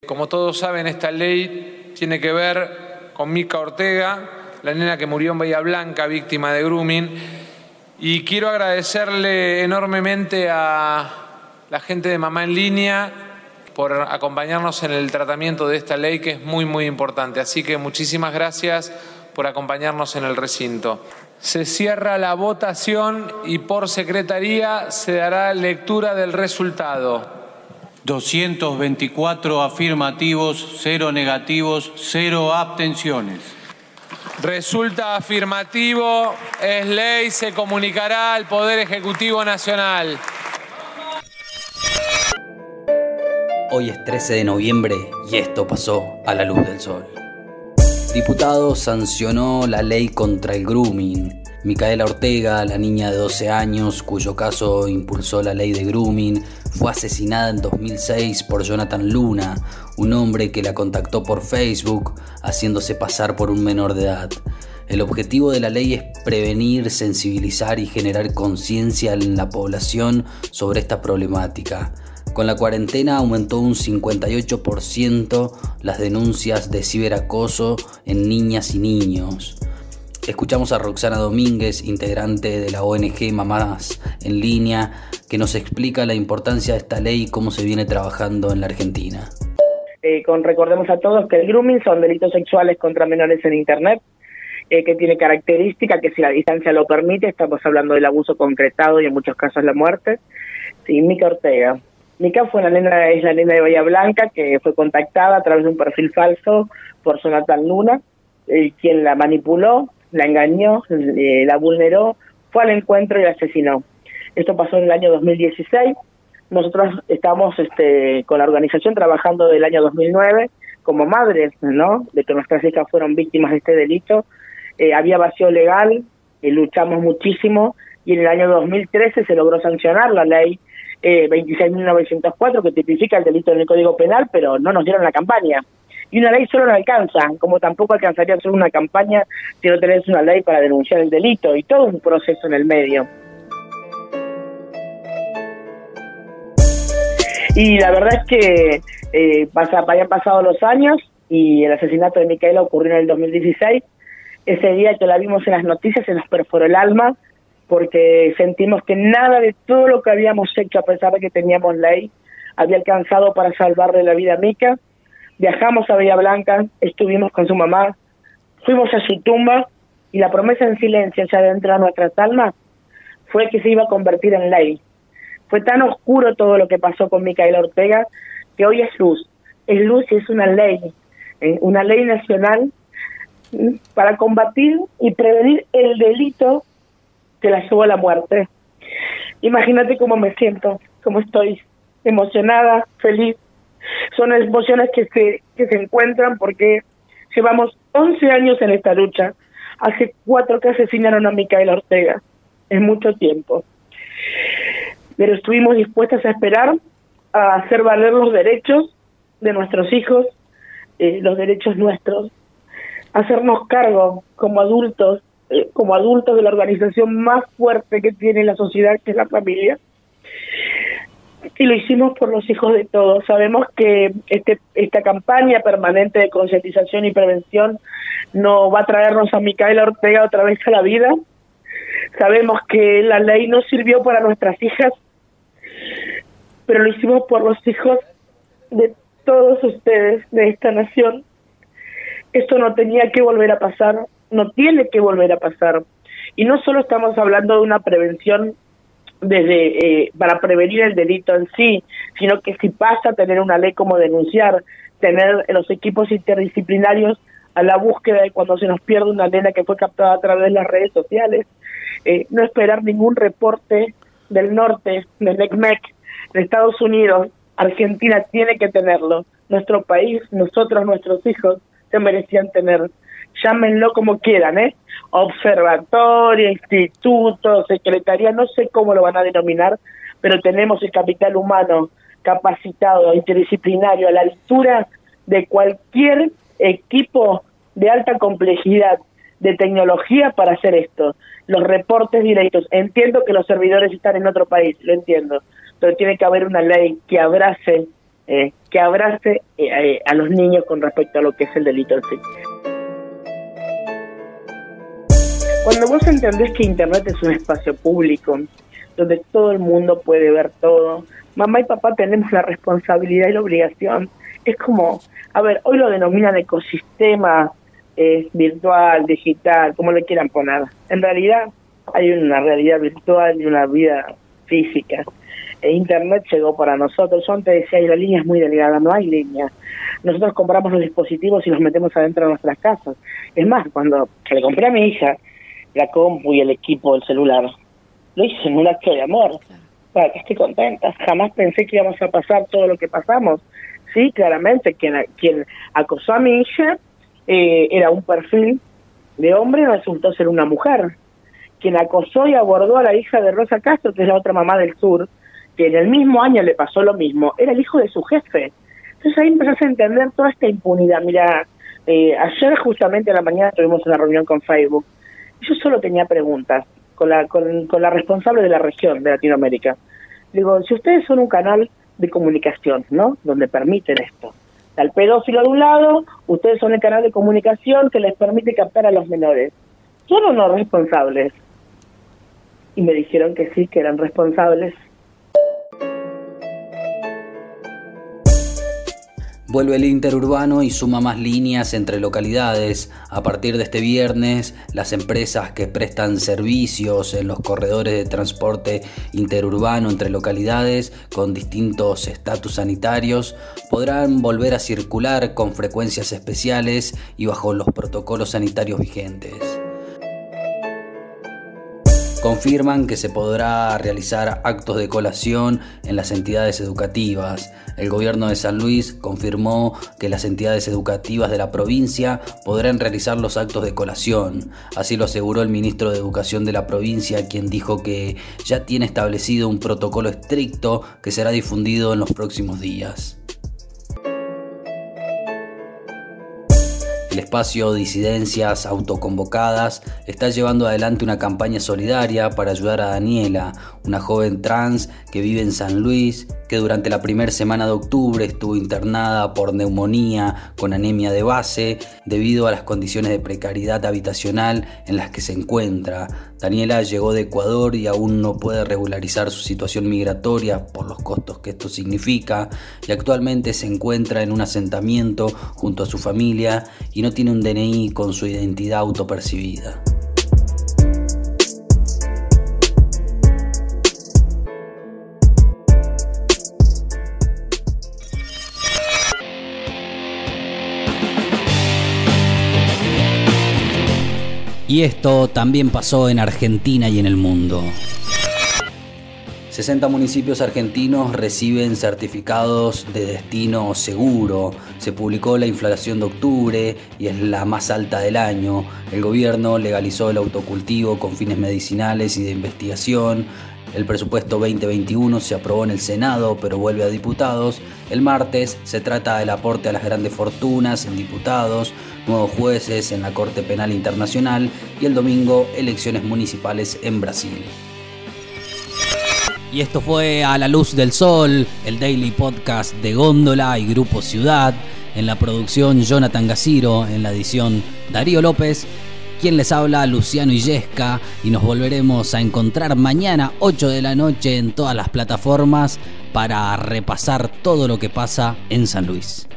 Como todos saben, esta ley tiene que ver con Mica Ortega, la nena que murió en Bahía Blanca, víctima de grooming. Y quiero agradecerle enormemente a la gente de Mamá en Línea por acompañarnos en el tratamiento de esta ley, que es muy, muy importante. Así que muchísimas gracias por acompañarnos en el recinto. Se cierra la votación y por secretaría se dará lectura del resultado. 224 afirmativos, 0 negativos, 0 abstenciones. Resulta afirmativo, es ley, se comunicará al Poder Ejecutivo Nacional. Hoy es 13 de noviembre y esto pasó a la luz del sol. Diputado sancionó la ley contra el grooming. Micaela Ortega, la niña de 12 años, cuyo caso impulsó la ley de grooming, fue asesinada en 2006 por Jonathan Luna, un hombre que la contactó por Facebook, haciéndose pasar por un menor de edad. El objetivo de la ley es prevenir, sensibilizar y generar conciencia en la población sobre esta problemática. Con la cuarentena aumentó un 58% las denuncias de ciberacoso en niñas y niños. Escuchamos a Roxana Domínguez, integrante de la ONG Mamás en Línea, que nos explica la importancia de esta ley y cómo se viene trabajando en la Argentina. Recordemos a todos que el grooming son delitos sexuales contra menores en Internet, que tiene característica que si la distancia lo permite, estamos hablando del abuso concretado y en muchos casos la muerte. Sí, Mica Ortega. Mica es la nena de Bahía Blanca que fue contactada a través de un perfil falso por Jonathan Luna, quien la manipuló, la engañó, la vulneró, fue al encuentro y la asesinó. Esto pasó en el año 2016. Nosotros estamos con la organización trabajando del año 2009 como madres, ¿no?, de que nuestras hijas fueron víctimas de este delito. Había vacío legal, luchamos muchísimo y en el año 2013 se logró sancionar la ley 26.904 que tipifica el delito en el Código Penal, pero no nos dieron la campaña. Y una ley solo no alcanza, como tampoco alcanzaría solo una campaña si no tenés una ley para denunciar el delito, y todo un proceso en el medio. Y la verdad es que habían pasado los años y el asesinato de Micaela ocurrió en el 2016. Ese día que la vimos en las noticias se nos perforó el alma, porque sentimos que nada de todo lo que habíamos hecho, a pesar de que teníamos ley, había alcanzado para salvarle la vida a Mica. Viajamos a Bahía Blanca, estuvimos con su mamá, fuimos a su tumba y la promesa en silencio ya dentro de nuestras almas fue que se iba a convertir en ley. Fue tan oscuro todo lo que pasó con Micaela Ortega que hoy es luz y es una ley nacional para combatir y prevenir el delito que la llevó a la muerte. Imagínate cómo me siento, cómo estoy, emocionada, feliz. Son emociones que se encuentran porque llevamos 11 años en esta lucha. Hace 4 que asesinaron a Micaela Ortega. Es mucho tiempo. Pero estuvimos dispuestas a esperar, a hacer valer los derechos de nuestros hijos, los derechos nuestros, hacernos cargo como adultos de la organización más fuerte que tiene la sociedad, que es la familia. Y lo hicimos por los hijos de todos. Sabemos que esta campaña permanente de concientización y prevención no va a traernos a Micaela Ortega otra vez a la vida. Sabemos que la ley no sirvió para nuestras hijas, pero lo hicimos por los hijos de todos ustedes, de esta nación. Esto no tenía que volver a pasar, no tiene que volver a pasar. Y no solo estamos hablando de una prevención para prevenir el delito en sí, sino que si pasa a tener una ley como denunciar, tener los equipos interdisciplinarios a la búsqueda de cuando se nos pierde una nena que fue captada a través de las redes sociales, no esperar ningún reporte del norte, del NECMEC, de Estados Unidos. Argentina tiene que tenerlo. Nuestro país, nosotros, nuestros hijos, se merecían tener. Llámenlo como quieran, observatorio, instituto, secretaría, no sé cómo lo van a denominar, pero tenemos el capital humano capacitado, interdisciplinario, a la altura de cualquier equipo de alta complejidad, de tecnología para hacer esto. Los reportes directos. Entiendo que los servidores están en otro país, lo entiendo, pero tiene que haber una ley que abrace que abrace a los niños con respecto a lo que es el delito en sí. Cuando vos entendés que Internet es un espacio público, donde todo el mundo puede ver todo, mamá y papá tenemos la responsabilidad y la obligación. Es como, hoy lo denominan ecosistema virtual, digital, como le quieran poner. En realidad hay una realidad virtual y una vida física. Internet llegó para nosotros. Yo antes decía, la línea es muy delgada, no hay línea. Nosotros compramos los dispositivos y los metemos adentro de nuestras casas. Es más, cuando le compré a mi hija la compu y el equipo del celular, lo hice en un acto de amor, para que esté contenta. Jamás pensé que íbamos a pasar todo lo que pasamos. Sí, claramente, quien acosó a mi hija era un perfil de hombre, resultó ser una mujer. Quien acosó y abordó a la hija de Rosa Castro, que es la otra mamá del sur, que en el mismo año le pasó lo mismo, era el hijo de su jefe. Entonces ahí empezás a entender toda esta impunidad. Mira, ayer justamente a la mañana tuvimos una reunión con Facebook. Yo solo tenía preguntas con la responsable de la región de Latinoamérica. Digo, si ustedes son un canal de comunicación, ¿no?, donde permiten esto, al pedófilo de un lado, ustedes son el canal de comunicación que les permite captar a los menores, ¿son o no responsables? Y me dijeron que sí, que eran responsables. Vuelve el interurbano y suma más líneas entre localidades. A partir de este viernes, las empresas que prestan servicios en los corredores de transporte interurbano entre localidades con distintos estatus sanitarios podrán volver a circular con frecuencias especiales y bajo los protocolos sanitarios vigentes. Confirman que se podrá realizar actos de colación en las entidades educativas. El gobierno de San Luis confirmó que las entidades educativas de la provincia podrán realizar los actos de colación. Así lo aseguró el ministro de Educación de la provincia, quien dijo que ya tiene establecido un protocolo estricto que será difundido en los próximos días. El espacio Disidencias Autoconvocadas está llevando adelante una campaña solidaria para ayudar a Daniela, una joven trans que vive en San Luis, que durante la primera semana de octubre estuvo internada por neumonía con anemia de base debido a las condiciones de precariedad habitacional en las que se encuentra. Daniela llegó de Ecuador y aún no puede regularizar su situación migratoria por los costos que esto significa, y actualmente se encuentra en un asentamiento junto a su familia y no tiene un DNI con su identidad autopercibida. Y esto también pasó en Argentina y en el mundo. 60 municipios argentinos reciben certificados de destino seguro. Se publicó la inflación de octubre y es la más alta del año. El gobierno legalizó el autocultivo con fines medicinales y de investigación. El presupuesto 2021 se aprobó en el Senado, pero vuelve a diputados. El martes se trata del aporte a las grandes fortunas en diputados, nuevos jueces en la Corte Penal Internacional y el domingo elecciones municipales en Brasil. Y esto fue A la Luz del Sol, el daily podcast de Góndola y Grupo Ciudad. En la producción Jonathan Gaciro, en la edición Darío López. Quien les habla, Luciano Illesca, y nos volveremos a encontrar mañana 8 de la noche en todas las plataformas para repasar todo lo que pasa en San Luis.